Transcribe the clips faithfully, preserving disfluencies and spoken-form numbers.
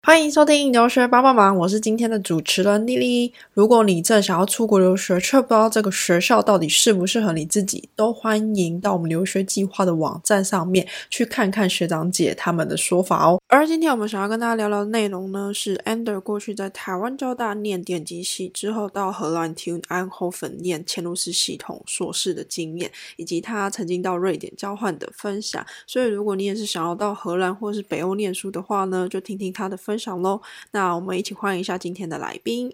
欢迎收听留学帮帮忙，我是今天的主持人莉莉。如果你正想要出国留学，却不知道这个学校到底适不适合你自己，都欢迎到我们留学计划的网站上面去看看学长姐他们的说法哦。而今天我们想要跟大家聊聊的内容呢，是 Ander 过去在台湾交大念电机系之后，到荷兰 T U Eindhoven 念嵌入式系统硕士的经验，以及他曾经到瑞典交换的分享。所以如果你也是想要到荷兰或是北欧念书的话呢，就听听他的分享咯。那我们一起欢迎一下今天的来宾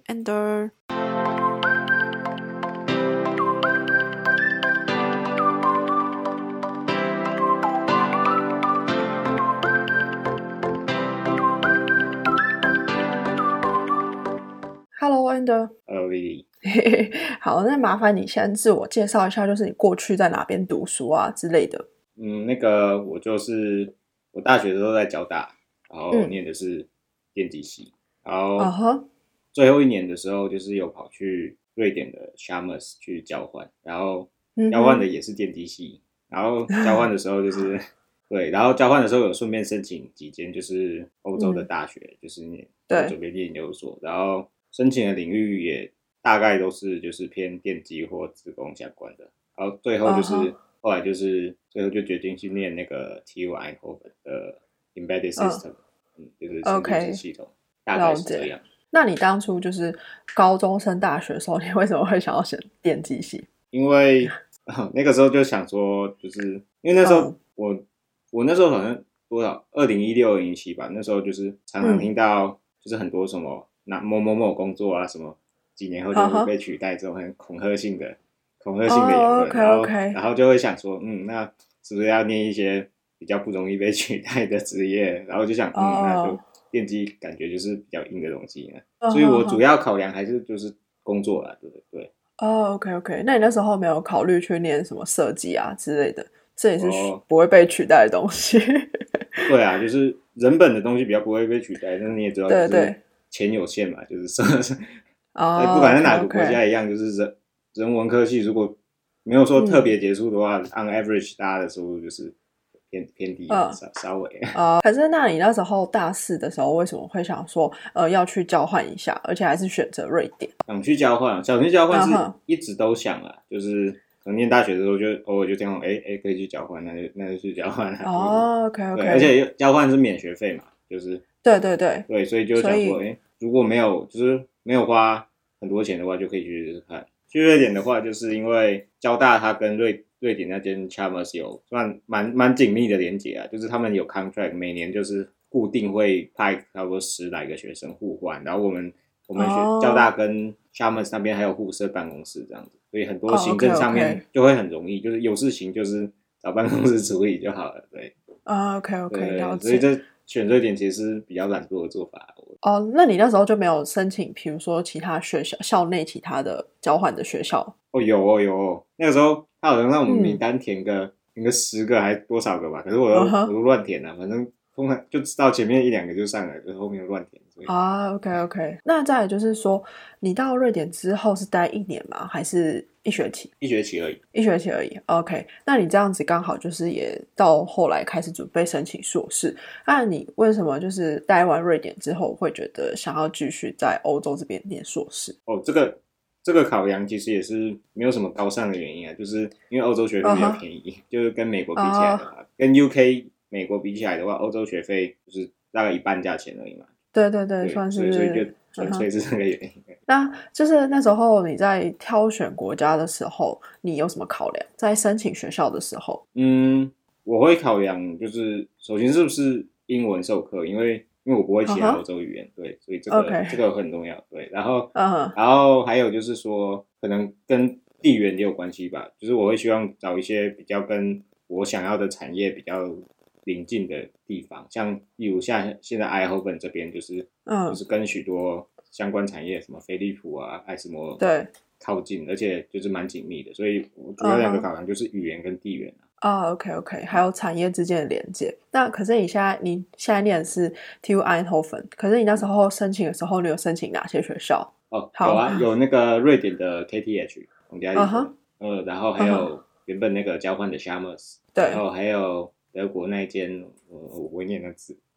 Ander。Hello Ander。Hello Lily。 好，那麻烦你先自我介绍一下，就是你过去在哪边读书啊之类的。 嗯，那个我就是我大学的时候在交大，然后念的是电机系，嗯、然后最后一年的时候就是有跑去瑞典的 Chalmers 去交换，然后交换的也是电机系，然后交换的时候就是对，然后交换的时候有顺便申请几间就是欧洲的大学，嗯、就是念准备念研究所，然后申请的领域也大概都是就是偏电机或资工相关的，然后最后就是、uh-huh. 后来就是最后就决定去念那个 T U Eindhoven 的 Embedded System，、uh. 嗯，就是嵌入式系统，okay. 大概是这样。 那你当初就是高中升大学的时候，你为什么会想要选电机系？ 因为、哦、那个时候就想说，就是因为那时候我、嗯、我那时候好像多少二零一六、二零一七吧，那时候就是常常听到就是很多什么那某某某工作啊，什么几年后就会被取代这种很恐吓性的、uh-huh. 恐吓性的言论， oh, okay, 然后 okay. 然后就会想說，嗯，那是不是要念一些比較不容易被取代的職業？然後就想，嗯， oh. 那就電機感覺就是比較硬的東西呢。Uh-huh. 所以我主要考量還是就是工作啦，對對。 哦、oh, ，OK OK， 那你那時候沒有考慮去念什麼設計啊之類的？這也是不會被取代的東西。 Oh. 對啊，就是人本的東西比較不會被取代，但是你也知道，就是錢有限嘛，就是說，哦、oh, ，不管在哪個國家一樣， okay, okay. 就是人。人文科系如果没有说特别杰出的话、嗯、on average 大家的收入就是偏偏低、嗯、稍稍微呃，可是那你那时候大四的时候为什么会想说呃要去交换一下，而且还是选择瑞典？ 想去交换，想去交换是一直都想啦、嗯、就是可能念大学的时候就偶尔就这样，哎哎可以去交换，那就那就去交换啦。 哦 OK OK， 而且交换是免学费嘛，就是对对对对，所以就想说哎如果没有就是没有花很多钱的话，就可以去试试看。去瑞典的话，就是因为交大它跟瑞瑞典那间 Chalmers 有算蛮蛮紧密的连结啊，就是他们有 contract， 每年就是固定会派差不多十来个学生互换，然后我们我们学、oh. 交大跟 Chalmers 那边还有互设办公室这样子，所以很多行政上面就会很容易， oh, okay, okay. 就是有事情就是找办公室处理就好了，对。 啊、oh, OK OK， 了解。 所以这选瑞典其实是比较懒惰的做法。 哦、oh, 那你那时候就没有申请比如说其他学校校内其他的交换的学校？ 哦有哦有哦，那个时候他好像让我们名单填个、嗯、填个十个还多少个吧，可是我都、uh-huh. 我都乱填了，反正通常就知道前面一两个就上来，就是后面乱填。 啊、oh, OK OK， 那再来就是说你到瑞典之后是待一年吗？还是一学期？ 一学期而已。 一学期而已 OK， 那你这样子刚好就是也到后来开始准备申请硕士，那你为什么就是待完瑞典之后会觉得想要继续在欧洲这边念硕士？ 哦，这个这个考量其实也是没有什么高尚的原因啊，就是因为欧洲学费比较便宜、uh-huh. 就是跟美国比起来的话、uh-huh. 跟 U K 美国比起来的话，欧洲学费就是大概一半价钱而已嘛。 对对对，算是， 所以就纯粹是这个原因、uh-huh. 那就是那时候你在挑选国家的时候你有什么考量？在申请学校的时候？ 嗯，我会考量就是首先是不是英文授课，因为因为我不会其他欧洲语言、uh-huh. 对，所以这个、okay. 这个很重要。对，然后、uh-huh. 然后还有就是说可能跟地缘也有关系吧，就是我会希望找一些比较跟我想要的产业比较邻近的地方，像例如像现在 Eindhoven 这边就是、嗯、就是跟许多相关产业什么飞利浦啊爱斯摩对靠近，而且就是蛮紧密的，所以我主要两个考量就是语言跟地缘啊。哦、oh, OK OK， 还有产业之间的连接。那可是你现在你现在念的是 T U Eindhoven， 可是你那时候申请的时候你有申请哪些学校？ 哦，有啊，有那个瑞典的 K T H 皇家艺术，呃，然后还有原本那个交换的 Chalmers， 然后还有德国那一间，我我会念那字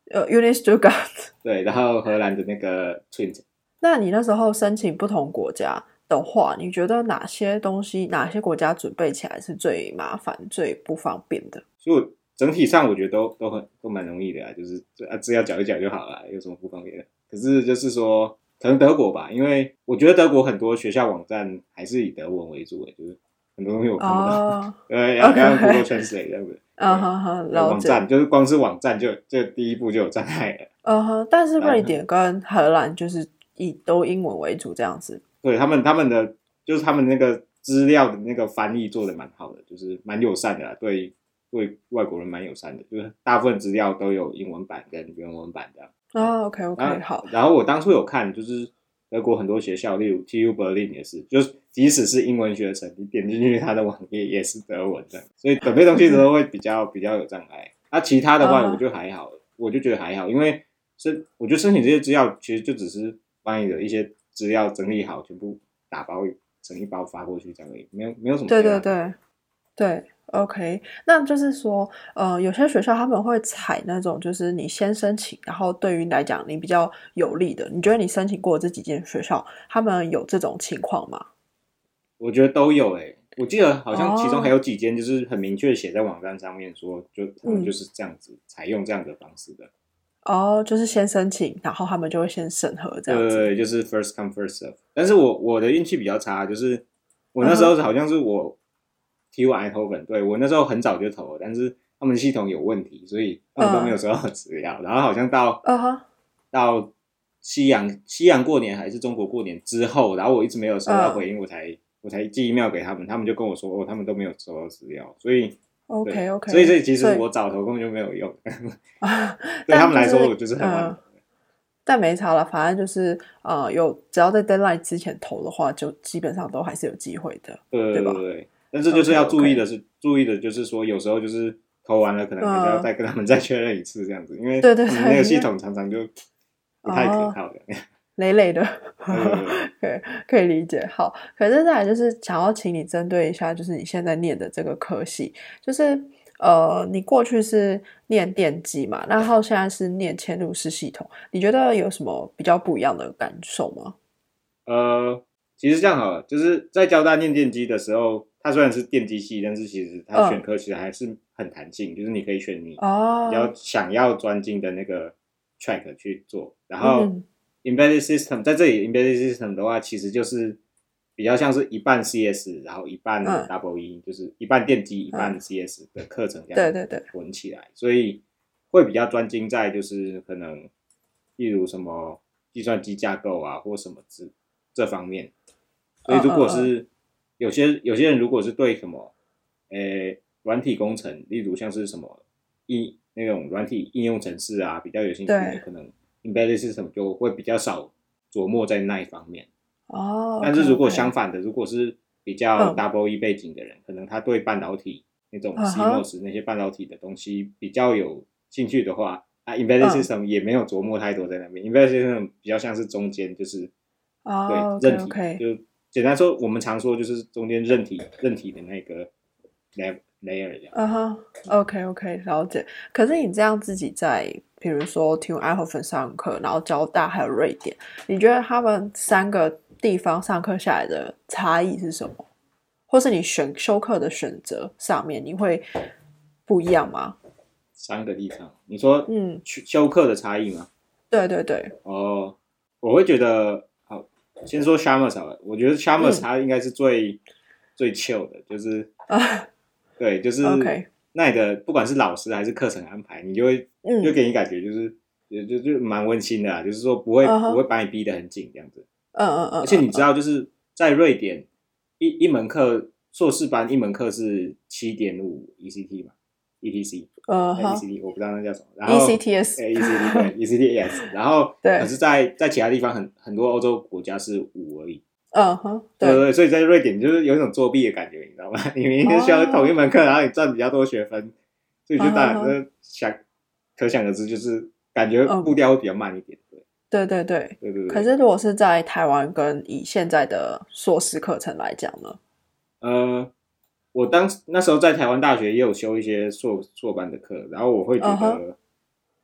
呃 Uni Stuttgart 对，然后荷兰的那个 Twente。 那你那时候申请不同国家的话，你觉得哪些东西哪些国家准备起来是最麻烦最不方便的？ 所以整体上我觉得都都很都蛮容易的啊，就是啊资料缴一缴就好了，有什么不方便的？可是就是说可能德国吧，因为我觉得德国很多学校网站还是以德文为主的，就是很多东西我看不懂，对、oh, 要要 Google Translate 这样子。 嗯哼哼，了解。 网站就是光是网站就就第一步就有障碍了。 嗯哼，但是瑞典跟荷兰就是以都英文为主这样子。 对，他们他们的就是他们那个资料的那个翻译做的蛮好的，就是蛮友善的啦，对对外国人蛮友善的，就是大部分资料都有英文版跟原文版这样。 哦 ，OK OK， 好。 然后我当初有看，就是德国很多学校，例如 T U Berlin 也是，就是即使是英文学程，你点进去它的网页也是德文的，所以准备东西的时候会比较比较有障碍。啊，其他的话我就还好，我就觉得还好，因为是我觉得申请这些资料其实就只是把你的一些资料整理好，全部打包整一包发过去这样而已，没有没有什么。 对对对对。OK， 那就是说，呃，有些学校他们会采那种，就是你先申请，然后对于你来讲你比较有利的。你觉得你申请过这几间学校，他们有这种情况吗？ 我觉得都有诶、欸，我记得好像其中还有几间就是很明确写在网站上面说，就他们就是这样子、嗯、采用这样的方式的。 哦，就是先申请，然后他们就会先审核这样子。 对，就是 first come first serve。但是我我的运气比较差，就是我那时候好像是我。T U Eindhoven， 对，我那时候很早就投了，但是他们系统有问题，所以他们都没有收到资料、uh, 然后好像到、uh-huh. 到西洋西洋过年还是中国过年之后，然后我一直没有收到回应、uh. 我才我才寄 email 给他们，他们就跟我说哦，他们都没有收到资料，所以 OK OK， 所以这其实我早投根本就没有用对他们来说我就是很晚、uh, 但没差了，反正就是呃有只要在 deadline 之前投的话，就基本上都还是有机会的， 对对吧？ 对对。但是就是要注意的是， okay, okay. 注意的就是说，有时候就是投完了，可能还是要再跟他们再确认一次这样子，因为那个系统常常就不太可靠的，哦、 累累的，对，可以理解。好，可是再来就是想要请你针对一下，就是你现在念的这个科系，就是呃，你过去是念电机嘛，然后现在是念嵌入式系统，你觉得有什么比较不一样的感受吗？ 呃，其实这样好了，就是在交大念电机的时候。它虽然是电机系，但是其实它选科其实还是很弹性、嗯、就是你可以选你比较想要专精的那个 track 去做。然后 embedded system 在这里 embedded system 的话，其实就是比较像是一半 C S， 然后一半 double E，、嗯、就是一半电机一半 C S 的课程这样混起来、嗯、所以会比较专精在就是可能例如什么计算机架构啊或什么之这方面。所以如果是、嗯嗯嗯有些有些人如果是对什么，诶，软体工程，例如像是什么应那种软体应用程式啊，比较有兴趣的，可能 embedded system 就会比较少琢磨在那一方面。 哦， 但是如果相反的， okay, okay. 如果是比较 double E 背景的人、嗯，可能他对半导体那种 C M O S、uh-huh. 那些半导体的东西比较有兴趣的话，啊 embedded system 也没有琢磨太多在那边、嗯、，embedded system 比较像是中間，就是、 oh, 对韧体 okay, okay. 就。简单说，我们常说就是中间韧体韧体的那个 layer 这样。 嗯哼 ，OK OK， 了解。可是你这样自己在，比如说 T U Eindhoven 上课，然后交大还有瑞典，你觉得他们三个地方上课下来的差异是什么？或是你选修课的选择上面，你会不一样吗？ 三个地方，你说嗯，修课的差异吗？ 对对对。 哦，我会觉得。先说 Chalmers 好了，我觉得 Chalmers 它应该是最、嗯、最 chill 的，就是、啊、对，就是那里的不管是老师还是课程安排，你就会、嗯、就给你感觉就是就就蛮温馨的啦，就是说不会、uh-huh. 不会把你逼得很紧这样子。 嗯嗯嗯。 而且你知道，就是在瑞典一一门课硕士班一门课是 七点五 E C T 嘛 ，E T C， 呃、uh-huh. E C T 我不知道那叫什么，然后 E C T S， E C T 对 E C T S， 然后可是在在其他地方很很多欧洲国家是五而已。 嗯哼， 对对对，所以在瑞典就是有一种作弊的感觉，你知道吗？你明明需要同一门课，然后你赚比较多学分，所以就当然就想、uh-huh. 可想而知，就是感觉步调会比较慢一点。 对对对对对对。 可是如果是在台湾跟以现在的硕士课程来讲呢？ 呃，我当那时候在台湾大学也有修一些硕硕班的课，然后我会觉得， uh-huh.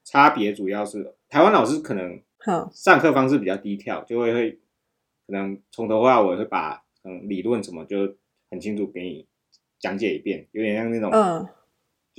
差别主要是台湾老师可能上课方式比较低调，就会会可能从头到尾会把嗯理论什么就很清楚给你讲解一遍，有点像那种嗯就是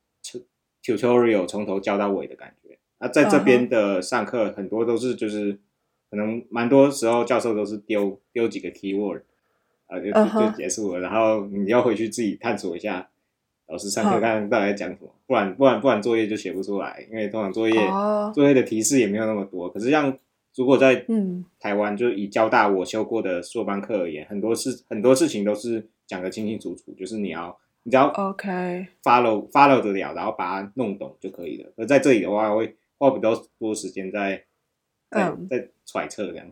tutorial 从头教到尾的感觉。那在这边的上课很多都是就是可能蛮多时候教授都是丢丢几个 keyword 啊就就结束了，然后你要回去自己探索一下老师上课看到底在讲什么，不然不然不然作业就写不出来，因为通常作业、哦、作业的提示也没有那么多。可是像如果在台湾，嗯、就以交大我修过的硕班课而言，很多事很多事情都是讲得清清楚楚，就是你要你只要 OK follow follow 得了，然后把它弄懂就可以了。而在这里的话，会花比较多时间在在、嗯、在揣测这样。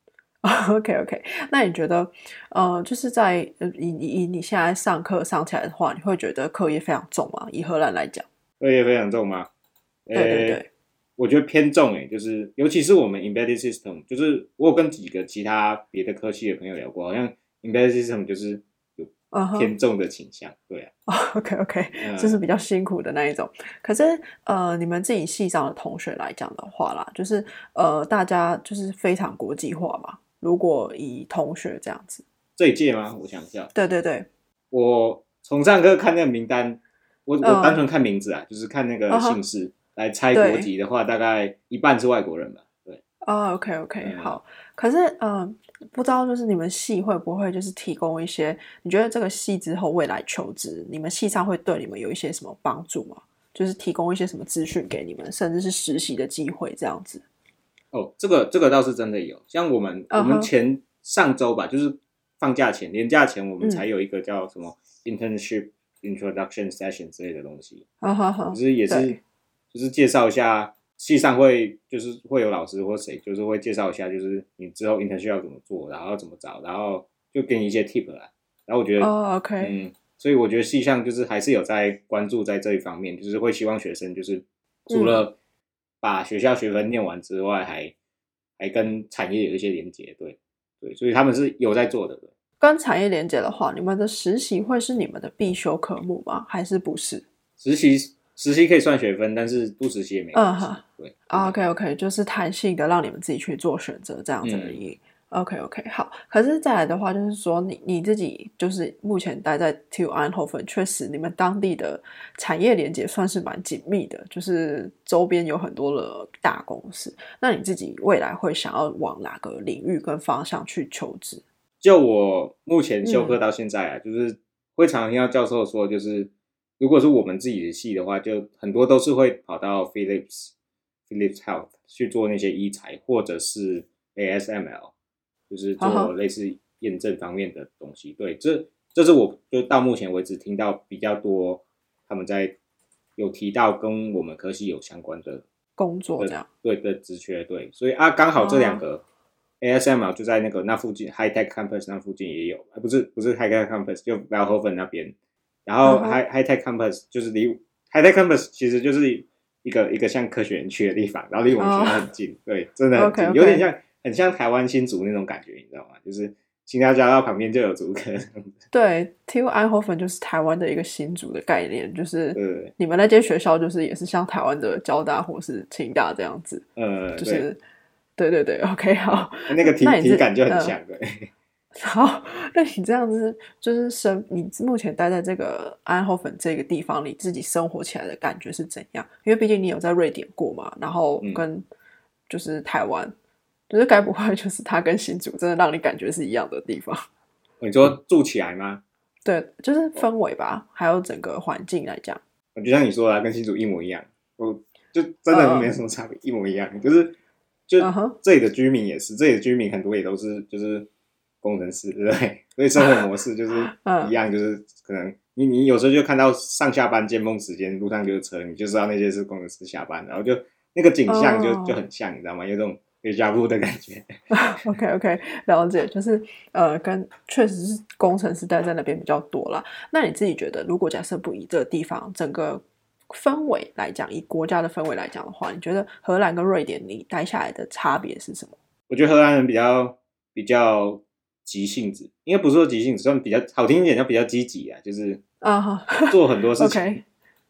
OK OK， 那你觉得，呃，就是在以以你现在上课上起来的话，你会觉得课业非常重吗？以荷兰来讲， 课业非常重吗？ 对对对， 我觉得偏重诶，就是尤其是我们 embedded system， 就是我有跟几个其他别的科系的朋友聊过，好像 embedded system 就是有偏重的倾向， uh-huh. 对啊。 Oh, OK OK，嗯、就是比较辛苦的那一种。可是呃，你们自己系上的同学来讲的话啦，就是呃，大家就是非常国际化嘛。如果以同学这样子， 这一届吗？我想一下。 对对对， 我从上课看那个名单，我、嗯、我单纯看名字啊，就是看那个姓氏、uh-huh. 来猜国籍的话，大概一半是外国人吧。对。 哦、oh, ，OK OK，、嗯、好。可是呃，不知道就是你们系会不会就是提供一些？你觉得这个系之后未来求职，你们系上会对你们有一些什么帮助吗？就是提供一些什么资讯给你们，甚至是实习的机会这样子。 哦，这个这个倒是真的有，像我们、uh-huh. 我们前上周吧，就是放假前、年假前，我们才有一个叫什么 internship introduction session 之类的东西， uh-huh. 就是也是就是介绍一下，系上会就是会有老师或谁，就是会介绍一下，就是你之后 internship 要怎么做，然后要怎么找，然后就给你一些 tip 啦。然后我觉得， 哦、oh, OK， 嗯，所以我觉得系上就是还是有在关注在这一方面，就是会希望学生就是除了、嗯把学校学分念完之外，还还跟产业有一些连结，对对，所以他们是有在做的。 跟产业连结的话，你们的实习会是你们的必修科目吗？还是不是？ 实习实习可以算学分，但是不实习也没关系。嗯，对。 OK OK， 就是弹性的让你们自己去做选择，这样子而已。嗯OK OK， 好。可是再来的话，就是说你你自己就是目前待在 T U Eindhoven， 确实你们当地的产业连结算是蛮紧密的，就是周边有很多的大公司。那你自己未来会想要往哪个领域跟方向去求职？ 就我目前修课到现在啊，嗯、就是会常常听到教授说，就是如果是我们自己的系的话，就很多都是会跑到 Philips Philips Health 去做那些医材，或者是 A S M L。就是做类似验证方面的东西， uh-huh. 对，这这是我就到目前为止听到比较多他们在有提到跟我们科系有相关的工作这样， 对的职缺，对，所以啊刚好这两个 A S M L 就在那个那附近 High Tech Campus 那附近也有，不是不是 High Tech Campus 就 Veldhoven 那边，然后 High、uh-huh. High Tech Campus 就是离 High Tech Campus 其实就是一个一个像科学园区的地方，然后离我们学校很近， uh-huh. 对，真的很近， okay, okay. 有点像。很像台湾新竹那种感觉，你知道吗？就是新交交到旁边就有竹科。 对 ，T U Eindhoven 就是台湾的一个新竹的概念，就是你们那间学校就是也是像台湾的交大或是清大这样子。呃，就是对对对 ，OK， 好， 那个体体感就很像对、呃。 好，那你这样子就是生，你目前待在这个 Eindhoven 这个地方，你自己生活起来的感觉是怎样？因为毕竟你有在瑞典过嘛，然后跟就是台湾。嗯就是该不会就是它跟新竹真的让你感觉是一样的地方？ 你说住起来吗？ 对，就是氛围吧，还有整个环境来讲， 就像你说的、啊，跟新竹一模一样，我就真的没什么差别、uh, 一模一样。就是就这里的居民也是， uh-huh. 这里的居民很多也都是就是工程师，对不对？所以生活模式就是一样， uh, 就是可能你你有时候就看到上下班尖峰时间路上就是车，你就知道那些是工程师下班，然后就那个景象就、uh. 就很像，你知道吗？有这种déjà vu的感觉。 OK OK， 了解，就是呃，跟确实是工程师待在那边比较多啦。那你自己觉得，如果假设不以这个地方整个氛围来讲，以国家的氛围来讲的话，你觉得荷兰跟瑞典你待下来的差别是什么？ 我觉得荷兰人比较比较急性子，应该不是说急性子，算比较好听一点，叫比较积极啊，就是做很多事情。 okay.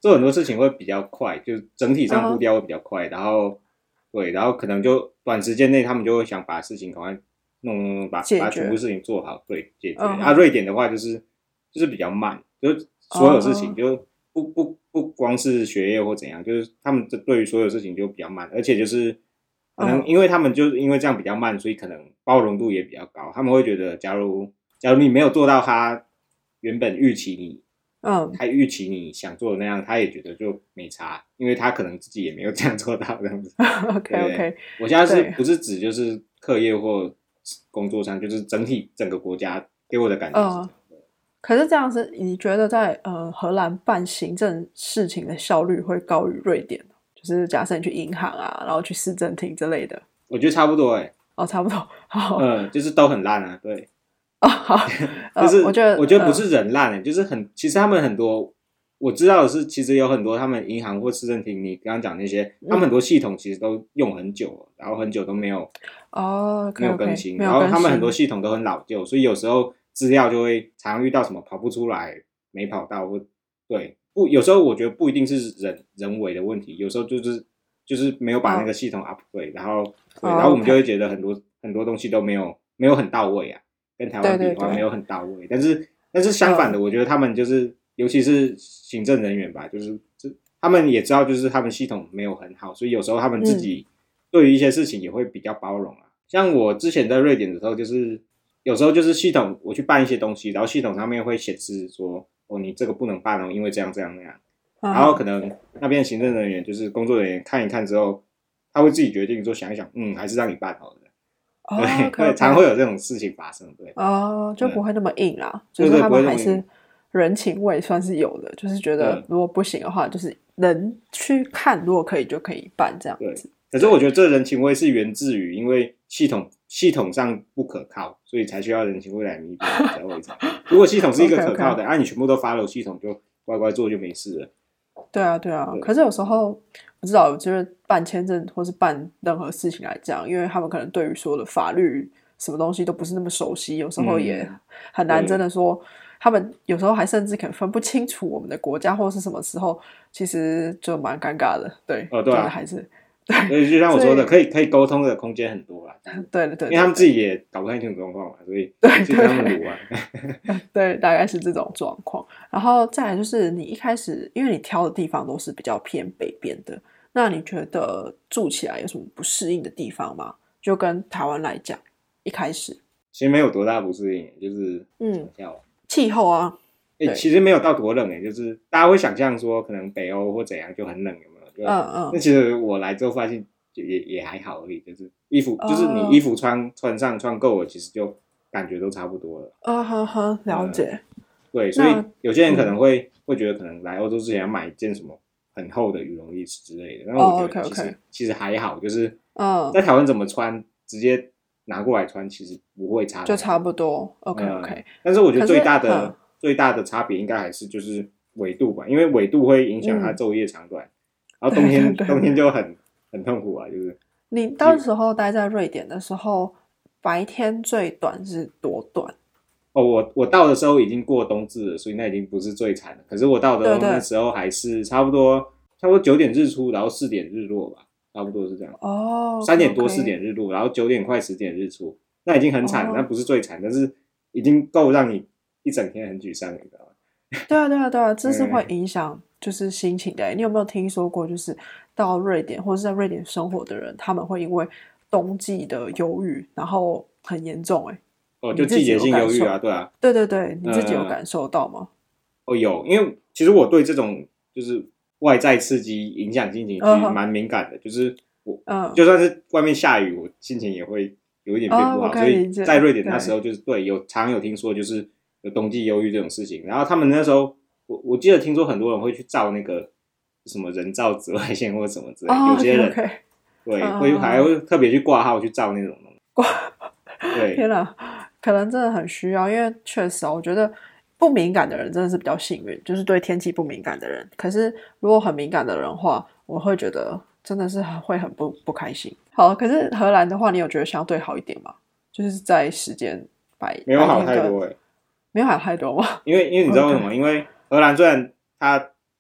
做很多事情会比较快，就是整体上步调会比较快， uh-huh. 然后对，然后可能就短时间内他们就会想把事情赶快弄弄弄，把把全部事情做好，对，解决。Uh-huh. 啊，瑞典的话就是就是比较慢，就是所有事情就不不不光是学业或怎样，就是他们对于所有事情就比较慢，而且就是可能因为他们就是因为这样比较慢，所以可能包容度也比较高，他们会觉得假如假如你没有做到他原本预期你嗯，他预期你想做的那样，他也觉得就没差，因为他可能自己也没有这样做到这样子。 OK OK， 我现在是不是指就是课业或工作上，就是整体整个国家给我的感觉是这样。 呃、可是这样是你觉得在呃荷兰办行政事情的效率会高于瑞典？就是假设你去银行啊，然后去市政厅之类的， 我觉得差不多哎、欸。 哦，差不多。好， 嗯，就是都很烂啊，对。 哦，好， 就是我觉得我觉得不是人烂、欸呃、就是很其实他们很多我知道的是，其实有很多他们银行或市政厅，你刚刚讲那些，他们很多系统其实都用很久了，然后很久都没有哦、okay, okay, 没有更新， 然后他们很多系统都很老旧，所以有时候资料就会常遇到什么跑不出来、没跑到，或对不有时候我觉得不一定是人人为的问题，有时候就是就是没有把那个系统 upgrade，、哦、然后对，然后我们就会觉得很多、哦 okay. 很多东西都没有没有很到位啊。跟台湾比的话没有很到位，对对对，但是但是相反的、嗯，我觉得他们就是尤其是行政人员吧，就是他们也知道就是他们系统没有很好，所以有时候他们自己对于一些事情也会比较包容啊。嗯、像我之前在瑞典的时候，就是有时候就是系统我去办一些东西，然后系统上面会显示说哦你这个不能办哦，因为这样这样那样，嗯、然后可能那边行政人员就是工作人员看一看之后，他会自己决定说想一想，嗯，还是让你办好了。 哦、 对， okay, okay. 常会有这种事情发生，对。 哦，就不会那么硬啦，就是他们还是人情味算是有的，就是觉得如果不行的话，就是能去看，如果可以就可以办这样子。 可是我觉得这人情味是源自于因为系统系统上不可靠，所以才需要人情味来弥补才会这样。如果系统是一个可靠的， okay, okay. 啊，你全部都 follow 系统，就乖乖做就没事了。 对啊，对啊。对，可是有时候不知道，我觉得办签证或是办任何事情来讲，因为他们可能对于所有的法律什么东西都不是那么熟悉，有时候也很难真的说、嗯、他们有时候还甚至可能分不清楚我们的国家或是什么时候，其实就蛮尴尬的。对， 哦，对啊， 还是对，就像我说的，可以可以沟通的空间很多啦。 对对对， 因为他们自己也搞不太清楚状况嘛，所以去跟他们撸啊。 对，大概是这种状况。然后再来就是你一开始，因为你挑的地方都是比较偏北边的，那你觉得住起来有什么不适应的地方吗？就跟台湾来讲，一开始其实没有多大不适应，就是嗯，气候啊， 欸、其实没有到多冷诶、欸，就是大家会想象说可能北欧或怎样就很冷，有没有？嗯嗯。那其实我来之后发现也也还好而已，就是衣服、哦、就是你衣服穿穿上穿够了，其实就感觉都差不多了。 啊哈哈，了解、嗯。 对，所以有些人可能会、嗯、会觉得可能来欧洲之前要买一件什么很厚的羽绒衣之类的，但我觉得其实、哦 okay, okay. 其实还好，就是在台湾怎么穿直接拿过来穿，其实不会差， 就差不多。OK OK、嗯。 但是我觉得最大的、嗯、最大的差别应该还是就是纬度吧，因为纬度会影响它昼夜长短。嗯，然后冬天对对对冬天就很很痛苦啊，就是你到时候待在瑞典的时候，白天最短是多短？ 哦，我我到的时候已经过冬至了，所以那已经不是最惨了。可是我到的那时候还是差不多差不多九点日出，然后四点日落吧，差不多是这样。 哦， 三点多四点日落，然后九点快十点日出，那已经很惨了，那、哦、不是最惨，但是已经够让你一整天很沮丧，你知道吗？ 对啊，对啊，对啊，这是会影响就是心情的。你有没有听说过，就是到瑞典或者是在瑞典生活的人，他们会因为冬季的忧郁，然后很严重？哎， 哦，就季节性忧郁啊，对啊， 对对对，你自己有感受到吗？ 呃、哦，有，因为其实我对这种就是外在刺激影响心情其实蛮敏感的， uh-huh. 就是我、uh-huh. 就算是外面下雨，我心情也会有一点变不好， uh-huh. 所以在瑞典那时候就是对有常有听说就是有冬季忧郁这种事情，然后他们那时候我我记得听說很多人會去照那個什麼人造紫外線或者什麼之類的、oh, 有些人 okay, okay. 對、uh, 會還會特別去掛號去照那種東西。對， 天哪，可能真的很需要，因為確實我覺得不敏感的人真的是比較幸運，就是對天氣不敏感的人，可是如果很敏感的人的話，我會覺得真的是會很不不開心。好，可是荷蘭的話你有覺得相對好一點嗎？就是在時間白沒有好太多誒、欸， 沒有好太多嗎？ 因為因為你知道為什麼？ okay. 因為荷蘭雖然它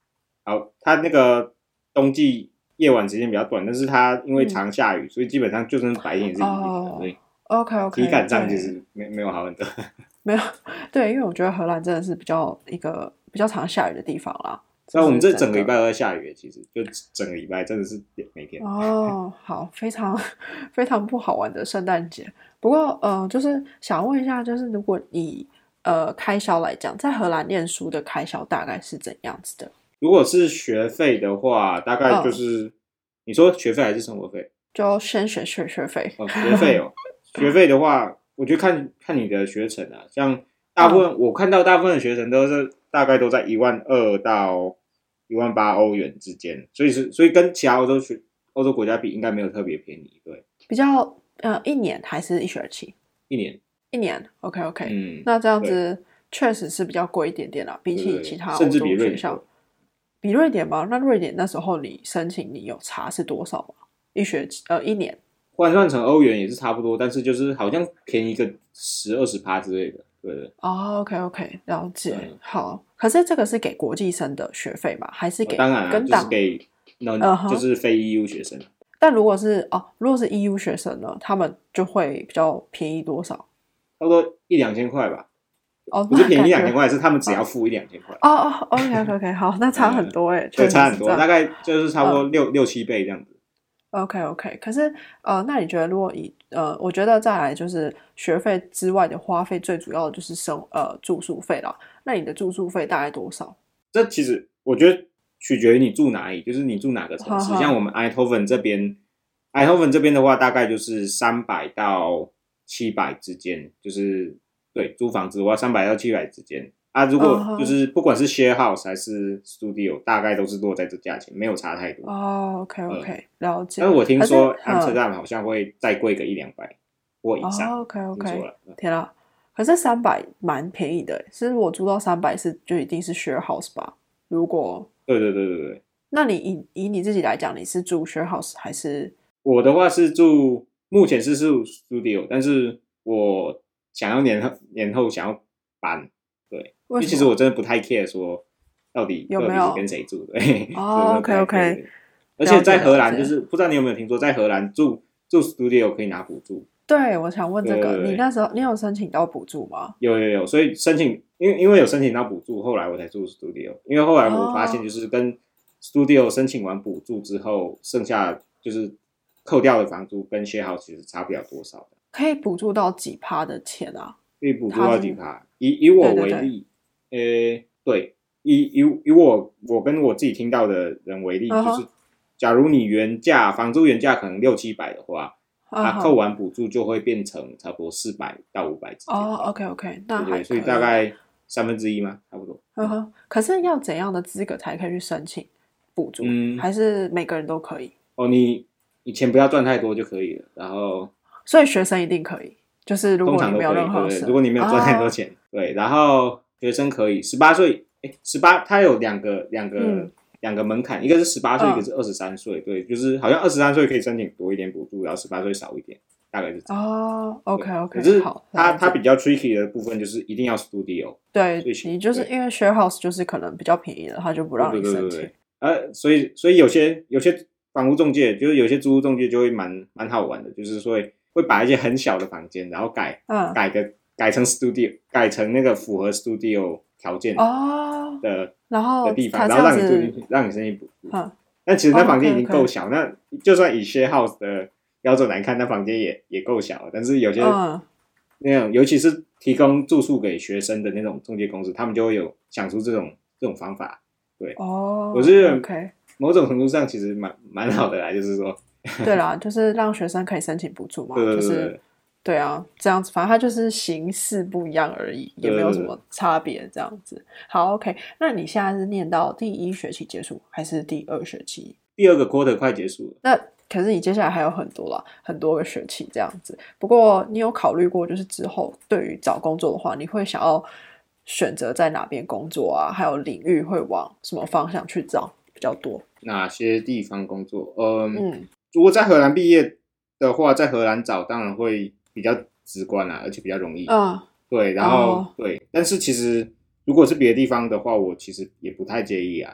好，它那个冬季夜晚时间比较短，但是它因为常下雨，嗯、所以基本上就算白天也是阴天的，所以 OK OK 体感上其实没没有好很多。 没有，对，因为我觉得荷兰真的是比较一个比较常下雨的地方啦。 那我们这整个礼拜都在下雨，其实就整个礼拜真的是每天。 哦，好，非常非常不好玩的圣诞节。不过，呃，就是想问一下，就是如果以呃开销来讲，在荷兰念书的开销大概是怎样子的？ 如果是学费的话，大概就是、嗯、你说学费还是生活费？ 就先学学学费。 哦，学费哦，学费的话，我觉得看看你的学程啊，像大部分、嗯、我看到大部分的学程都是大概都在一万二到一万八欧元之间，所以是所以跟其他欧洲学欧洲国家比，应该没有特别便宜，对。 比较呃一年还是一学期？ 一年。 一年 ，OK OK，嗯，那这样子确实是比较贵一点点啦，比起其他欧洲学校。比瑞典吗？那瑞典那时候你申请你有查是多少吗？一学期呃一年换算成欧元也是差不多，但是就是好像便宜个十二十趴之类的，对的。 哦 ，OK OK， 了解、嗯。好，可是这个是给国际生的学费吗？还是给、 哦、当然啊， 跟就是给那、uh-huh, 就是非 E U 学生。 但如果是哦，如果是 E U 学生呢，他们就会比较便宜多少？ 差不多一两千块吧。哦，不是便宜一两千块，是他们只要付一两千块。 哦哦 ，OK OK OK， 好，那差很多哎、欸， 对，差很多，大概就是差不多六、嗯、六七倍这样子。 OK OK， 可是呃，那你觉得如果以呃，我觉得再来就是学费之外的花费，最主要的就是生呃住宿费啦。那你的住宿费大概多少？ 这其实我觉得取决于你住哪里，就是你住哪个城市。像我们 Eindhoven 这边 ，Eindhoven 这边的话，大概就是三百到七百之间，就是对租房子的话，三百到七百之间。啊，如果就是不管是 share house 还是 studio， 大概都是落在这价钱，没有差太多。 哦 ，OK OK，、呃、了解。 但是我听说 Amsterdam 好像会再贵个一两百或以上。 哦、OK OK， 天啊！可是三百蛮便宜的，是我租到三百是就一定是 share house 吧？如果对对对对对， 那你以以你自己来讲，你是住 share house 还是？ 我的话是住，目前是住 studio， 但是我想要年后年后想要搬。对，因为其实我真的不太 care 说到底有没有跟谁住，对。 哦 ，OK OK。 而且在荷兰，就是不知道你有没有听说，在荷兰住住 studio 可以拿补助。 对，我想问这个，你那时候你有申请到补助吗？ 有有有，所以申请，因为因为有申请到补助，后来我才住 studio。因为后来我发现，就是跟 studio 申请完补助之后，剩下就是扣掉的房租跟 share house 其实差不了多少的。 可以补助到几趴的钱啊？ 可以补助到几趴？以以我为例，对对对呃，对，以以以我我跟我自己听到的人为例， uh-huh. 就是假如你原价房租原价可能六七百的话，那、uh-huh. 扣完补助就会变成差不多四百到五百之间。 哦、oh, ，OK OK， 那还可以， 所以大概三分之一吗？差不多。 嗯哼，可是要怎样的资格才可以去申请补助？嗯，还是每个人都可以？ 哦，你你钱不要赚太多就可以了，然后所以学生一定可以。就是如果你没有任何对对，如果你没有赚太多钱，哦、对，然后学生可以十八岁，哎，十八，它有两个两个、嗯、两个门槛，一个是十八岁，一个是二十三岁，对，就是好像二十三岁可以申请多一点补助，然后十八岁少一点，大概是这样。 哦 ，OK OK， 可是好， 它它比较 tricky 的部分就是一定要 studio， 对，你就是因为 share house 就是可能比较便宜的，他就不让你申请。对对对对， 呃，所以所以有些有些房屋中介，就是有些租屋中介就会蛮蛮好玩的，就是说。会把一些很小的房间，然后改、嗯、改个改成 studio， 改成那个符合 studio 条件的、 哦、 然后的地方，然后让你住进去，让你申请补助。嗯，但其实那房间已经够小， okay, okay. 那就算以 share house 的标准来看，那房间也也够小了。但是有些、嗯、那种，尤其是提供住宿给学生的那种中介公司，他们就会有想出这种这种方法。对， 哦， 我是觉得某种程度上其实蛮蛮好的啦，就是说。 对啦，就是让学生可以申请补助嘛， 对对对就是对啊，这样子，反正它就是形式不一样而已，也没有什么差别，这样子。好 ，OK， 那你现在是念到第一学期结束，还是第二学期？ 第二个 quarter 快结束了。 那可是你接下来还有很多啦，很多个学期这样子。不过你有考虑过，就是之后对于找工作的话，你会想要选择在哪边工作啊？还有领域会往什么方向去找比较多？ 哪些地方工作？嗯。嗯如果在荷兰毕业的话，在荷兰找当然会比较直观啊，而且比较容易。嗯，对，然后、哦、对，但是其实如果是别的地方的话，我其实也不太介意啊。对，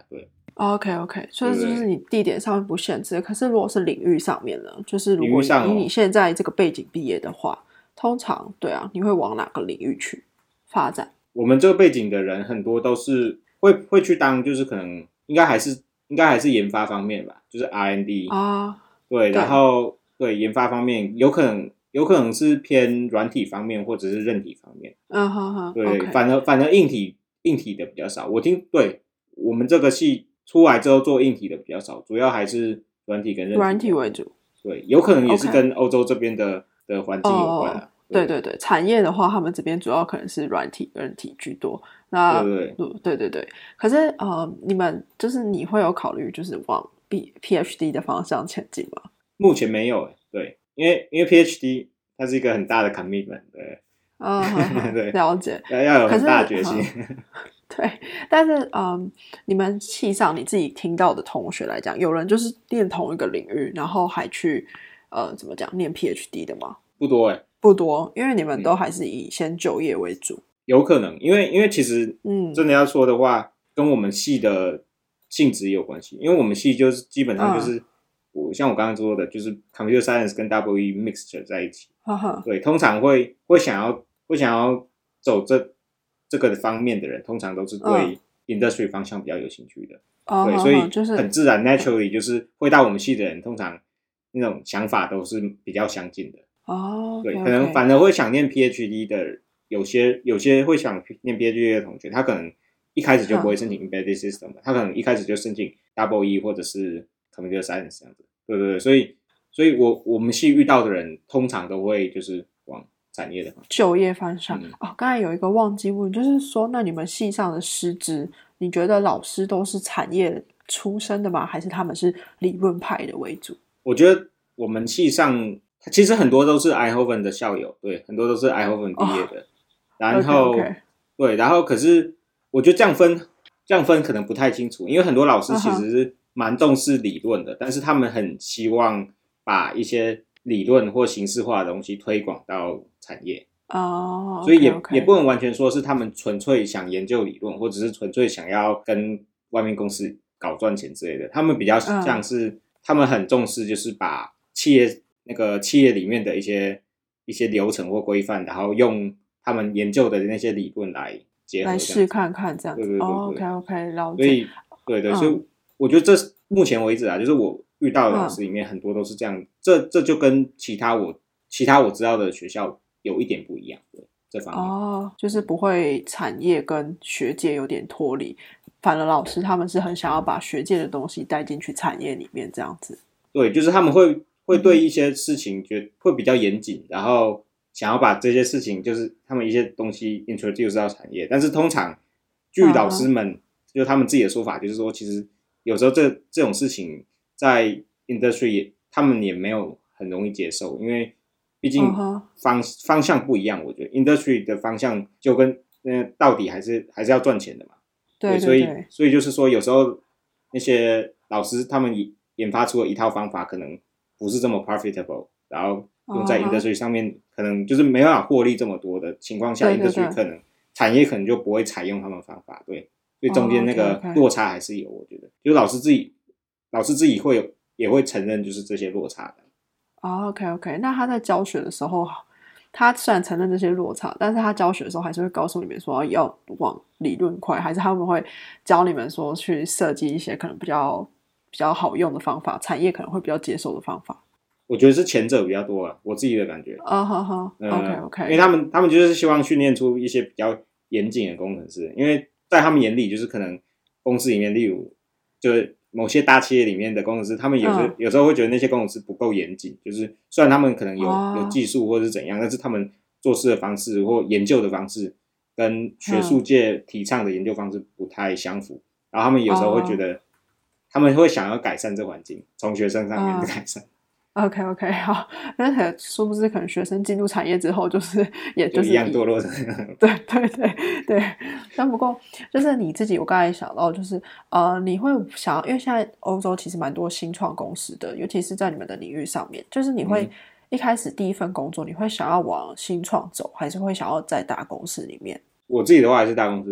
OK OK， 所以就是你地点上面不限制，可是如果是领域上面呢，就是如果以你现在这个背景毕业的话，通常对啊，你会往哪个领域去发展？ 我们这个背景的人很多都是会会去当，就是可能应该还是应该还是研发方面吧，就是 R and D 啊， 对，然后对研发方面有可能有可能是偏软体方面或者是韧体方面， 嗯哼哼， 对， okay. 反而反而硬体硬体的比较少。我听对我们这个系出来之后做硬体的比较少，主要还是软体跟韧体软体为主。 对，有可能也是跟欧洲这边的、okay. 的环境有关啊。 对对对，产业的话，他们这边主要可能是软体、韧体居多。那对对对, 对对对，可是呃，你们就是你会有考虑，就是往 B PhD 的方向前进吗？ 目前没有，对，因为因为 PhD 它是一个很大的 commitment， 对， 嗯，对，了解， 要要有很大的决心。 对，但是嗯，你们系上你自己听到的同学来讲，有人就是念同一个领域，然后还去呃怎么讲念 PhD 的吗？ 不多哎、欸， 不多，因为你们都还是以先就业为主。嗯、 有可能，因为因为其实嗯，真的要说的话，跟我们系的性质也有关系，因为我们系就是基本上就是、嗯、我像我刚刚说的，就是 computer science 跟 double E mixture 在一起， 呵呵对，通常会会想要会想要走这这个方面的人，通常都是对 industry 方向比较有兴趣的， 嗯、 对，所以就是很自然 naturally 就是会到我们系的人，通常那种想法都是比较相近的。 哦、oh, ，okay, 对，可能反而会想念 PhD 的，有些有些会想念 PhD 的同学，他可能一开始就不会申请 Embedded System，、嗯、他可能一开始就申請 Double E 或者是 Computer Science 这样子。对对对，所以所以我我们系遇到的人，通常都会就是往产业的方向就业方向。嗯、哦，刚才有一个忘记问，就是说，那你们系上的师资，你觉得老师都是产业出身的吗？还是他们是理论派的为主？ 我觉得我们系上。其实很多都是 Eindhoven 的校友，对，很多都是 Eindhoven 毕业的。Oh, 然后 okay, okay. 对，然后可是我觉得这样分这样分可能不太清楚，因为很多老师其实是蛮重视理论的， uh-huh. 但是他们很希望把一些理论或形式化的东西推广到产业。 哦、 oh, 所以也 okay, okay. 也不能完全说是他们纯粹想研究理论，或者是纯粹想要跟外面公司搞赚钱之类的。他们比较像是、uh-huh. 他们很重视，就是把企业。那个企业里面的一些一些流程或规范，然后用他们研究的那些理论来结合， 来试看看这样子。 对对对对、 oh, OK OK， 了解。 所以对对、嗯，所以我觉得这目前为止啊，就是我遇到的老师里面很多都是这样，嗯、这这就跟其他我其他我知道的学校有一点不一样，对这方面。 哦，就是不会产业跟学界有点脱离，反而老师他们是很想要把学界的东西带进去产业里面这样子。 对，就是他们会。会对一些事情觉得会比较严谨，然后想要把这些事情就是他们一些东西 introduce 到产业，但是通常据老师们、uh-huh. 就他们自己的说法，就是说其实有时候这这种事情在 industry 他们也没有很容易接受，因为毕竟方、uh-huh. 方向不一样，我觉得 industry 的方向就跟呃到底还是还是要赚钱的嘛， 对对对， 所以所以就是说有时候那些老师他们研发出了一套方法，可能不是这么 profitable， 然后用在 industry 上面、uh-huh. 可能就是没办法获利这么多的情况下， industry 可能产业可能就不会采用他们的方法，对，所以中间那个落差还是有，我觉得，就是老师自己老师自己会有也会承认就是这些落差的。 哦、oh, OK OK， 那他在教学的时候，他虽然承认这些落差，但是他教学的时候还是会告诉你们说要往理论块，还是他们会教你们说去设计一些可能比较比较好用的方法，产业可能会比较接受的方法。 我觉得是前者比较多啊，我自己的感觉。 啊哈哈 ，OK OK， 因为他们他们就是希望训练出一些比较严谨的工程师，因为在他们眼里，就是可能公司里面，例如就是某些大企业里面的工程师，他们有时候、嗯、有时候会觉得那些工程师不够严谨，就是虽然他们可能有、哦、有技术或是怎样，但是他们做事的方式或研究的方式跟学术界提倡的研究方式不太相符，嗯、然后他们有时候会觉得。哦他们会想要改善这环境，从学生上面的改善。 Uh, OK OK， 好，但是殊不知可能学生进入产业之后，就是也就是一样堕落的。 对对对对，但不过就是你自己，我刚才想到就是呃，你会想要，因为现在欧洲其实蛮多新创公司的，尤其是在你们的领域上面，就是你会、嗯、一开始第一份工作，你会想要往新创走，还是会想要在大公司里面？ 我自己的话还是大公司吧。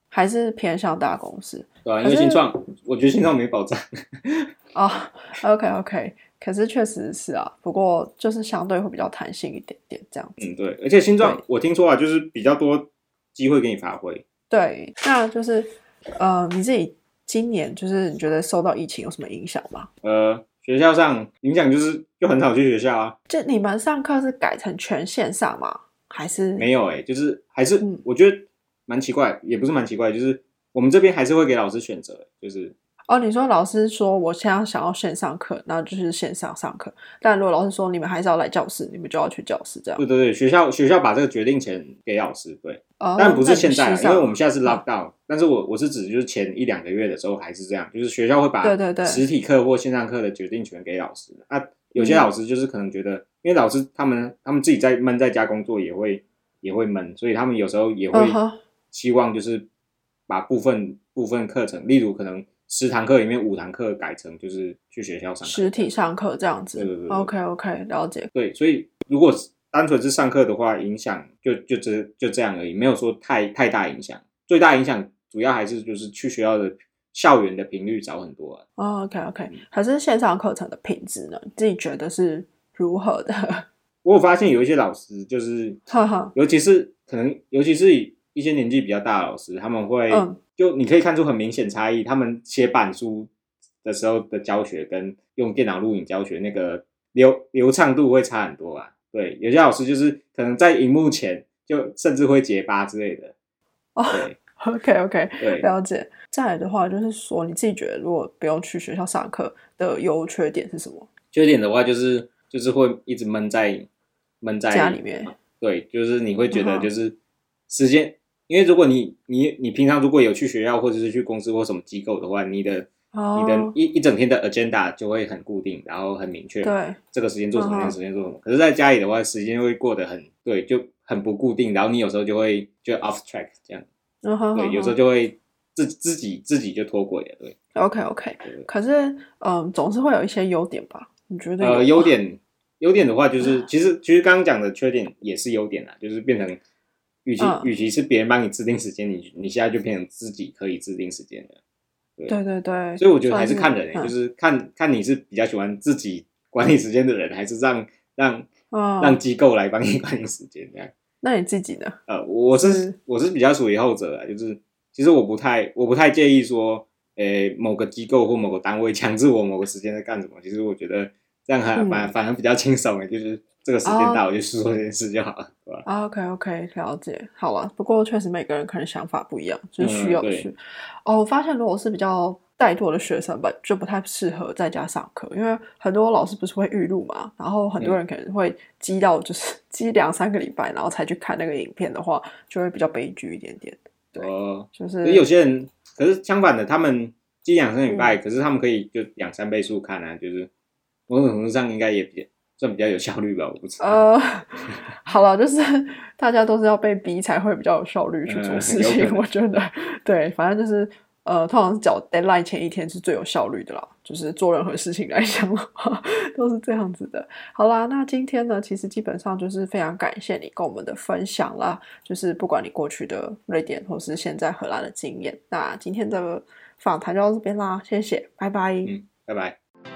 还是偏向大公司？ 对啊，因为新创，我觉得新创没保障。 哦、oh, ，OK OK， 可是确实是啊，不过就是相对会比较弹性一点点这样子。 嗯，对，而且新创我听说啊，就是比较多机会给你发挥。 对，那就是呃，你自己今年就是你觉得受到疫情有什么影响吗？ 呃，学校上影响就是就很少去学校啊。 就你们上课是改成全线上吗？还是没有哎、欸，就是还是、嗯、我觉得蛮奇怪，也不是蛮奇怪，就是我们这边还是会给老师选择，就是哦，你说老师说我现在想要线上课，那就是线上上课。但如果老师说你们还是要来教室，你们就要去教室，这样。 对对对，学校学校把这个决定权给老师，对。哦、但不是现在，因为我们现在是 lockdown、嗯。但是我我是指就是前一两个月的时候还是这样，就是学校会把实体课或线上课的决定权给老师。啊，有些老师就是可能觉得，嗯、因为老师他们他们自己在闷在家工作也会也会闷，所以他们有时候也会希望就是把部分部分课程，例如可能。十堂课里面五堂课改成就是去学校上课， 实体上课这样子。 对对对 ，OK OK， 了解。 对，所以如果单纯是上课的话，影响就就这就这样而已，没有说太太大影响。最大影响主要还是就是去学校的校园的频率少很多啊。 哦 ，OK OK， 可是线上课程的品质呢？你自己觉得是如何的？ 我有发现有一些老师就是，尤其是可能尤其是一些年纪比较大的老师，他们会。嗯就你可以看出很明显差异，他们写板书的时候的教学跟用电脑录影教学那个流流畅度会差很多啊。对，有些老师就是可能在荧幕前就甚至会结巴之类的。 哦，对 ，OK OK， 对，了解。再来的话就是说，你自己觉得如果不用去学校上课的优缺点是什么？ 缺点的话就是就是会一直闷在闷在家里面。 对，就是你会觉得就是时间。嗯因为如果你你你平常如果有去学校或者是去公司或什么机构的话，你的、oh. 你的一一整天的 agenda 就会很固定，然后很明确。 对， 这个时间做什么，那、uh-huh. 个时间做什么。可是在家里的话，时间会过得很对，就很不固定，然后你有时候就会就 off track 这样。 Uh-huh. 对，有时候就会自自己自己就脱轨了。对 ，OK OK。可是嗯，总是会有一些优点吧？你觉得有？ 呃，优点优点的话，就是其实其实刚刚讲的缺点也是优点啦，就是变成。与其、嗯、与其是别人帮你制定时间，你你现在就变成自己可以制定时间了。对对对对， 所以我觉得还是看人、欸嗯，就是看看你是比较喜欢自己管理时间的人，还是让让、嗯、让机构来帮你管理时间这样。 那你自己呢？ 呃，我是、嗯、我是比较属于后者啦，就是其实我不太我不太介意说，诶、欸、某个机构或某个单位强制我某个时间在干什么。其实我觉得这样还反、嗯、反而比较轻松诶，就是这个时间到我就去做这件事就好了。 啊、OK OK， 了解。好了，不过确实每个人可能想法不一样，就是需要去、嗯、哦。我发现如果是比较怠惰的学生吧，就不太适合在家上课，因为很多老师不是会预录嘛，然后很多人可能会积到就是积两三个礼拜，然后才去看那个影片的话，就会比较悲剧一点点。对， 呃、 就是可是有些人，可是相反的，他们积两三个礼拜、嗯，可是他们可以就两三倍速看啊，就是某种程度上应该也比算比较有效率吧，我不知道。呃， 好了，就是大家都是要被逼才会比较有效率去做事情，嗯、我觉得对，反正就是呃，通常是缴 deadline 前一天是最有效率的啦，就是做任何事情来讲的话都是这样子的。好啦，那今天呢，其实基本上就是非常感谢你跟我们的分享啦，就是不管你过去的瑞典或是现在荷兰的经验，那今天的访谈就到这边啦，谢谢，拜拜。 嗯，拜拜。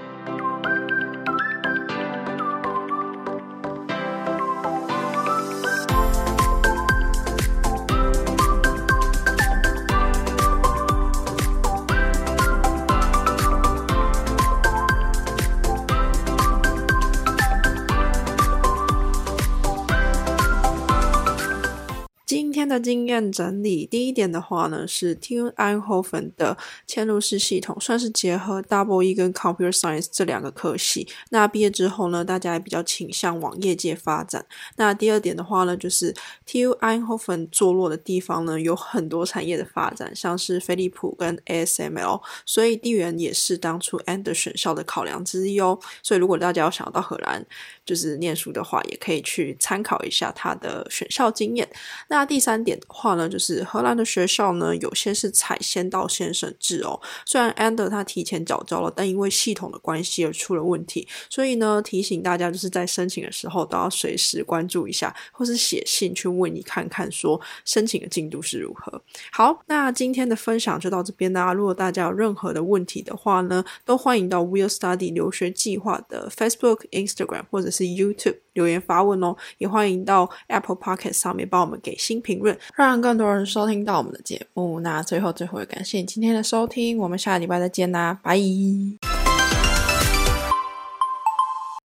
今天的经验整理，第一点的话呢是 T U Eindhoven 的嵌入式系统，算是结合 Double E 跟 Computer Science 这两个科系。那毕业之后呢，大家也比较倾向往业界发展。那第二点的话呢，就是 T U Eindhoven 坐落的地方呢，有很多产业的发展，像是飞利浦跟 A S M L， 所以地缘也是当初 Ender 选校的考量之一哦。所以如果大家有想要到荷兰就是念书的话，也可以去参考一下他的选校经验。那第三点的话呢，就是荷兰的学校呢有些是采先到先审制哦。虽然 Ander 他提前缴交了，但因为系统的关系而出了问题，所以呢提醒大家就是在申请的时候都要随时关注一下，或是写信去问你看看说申请的进度是如何。好，那今天的分享就到这边啦。如果大家有任何的问题的话呢，都欢迎到 Will Study 留学计划的 Facebook、Instagram 或者是 YouTube 留言发问哦，也欢迎到 Apple Podcast 上面帮我们给新评论，让更多人收听到我们的节目。那最后最后也感谢你今天的收听，我们下个礼拜再见啦，拜。